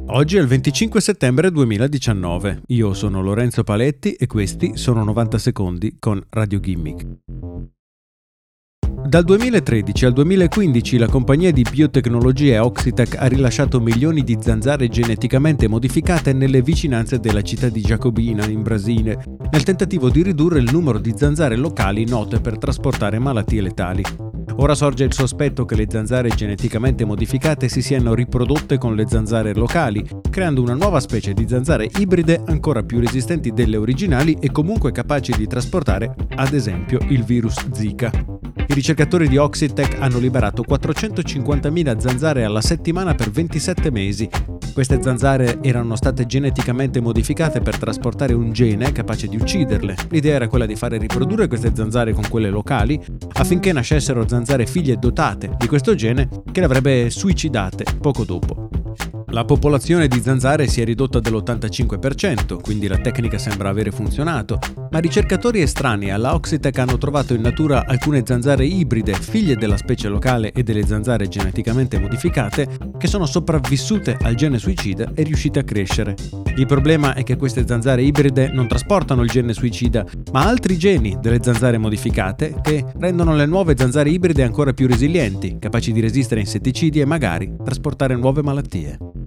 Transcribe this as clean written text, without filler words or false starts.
Oggi è il 25 settembre 2019. Io sono Lorenzo Paletti e questi sono 90 secondi con Radio Gimmick. Dal 2013 al 2015 la compagnia di biotecnologie Oxitec ha rilasciato milioni di zanzare geneticamente modificate nelle vicinanze della città di Jacobina, in Brasile, nel tentativo di ridurre il numero di zanzare locali note per trasportare malattie letali. Ora sorge il sospetto che le zanzare geneticamente modificate si siano riprodotte con le zanzare locali, creando una nuova specie di zanzare ibride ancora più resistenti delle originali e comunque capaci di trasportare, ad esempio, il virus Zika. I ricercatori di Oxitec hanno liberato 450.000 zanzare alla settimana per 27 mesi. Queste zanzare erano state geneticamente modificate per trasportare un gene capace di ucciderle. L'idea era quella di fare riprodurre queste zanzare con quelle locali affinché nascessero zanzare figlie dotate di questo gene che le avrebbe suicidate poco dopo. La popolazione di zanzare si è ridotta dell'85%, quindi la tecnica sembra avere funzionato, ma ricercatori estranei alla Oxitec hanno trovato in natura alcune zanzare ibride, figlie della specie locale e delle zanzare geneticamente modificate, che sono sopravvissute al gene suicida e riuscite a crescere. Il problema è che queste zanzare ibride non trasportano il gene suicida, ma altri geni delle zanzare modificate che rendono le nuove zanzare ibride ancora più resilienti, capaci di resistere a insetticidi e magari trasportare nuove malattie.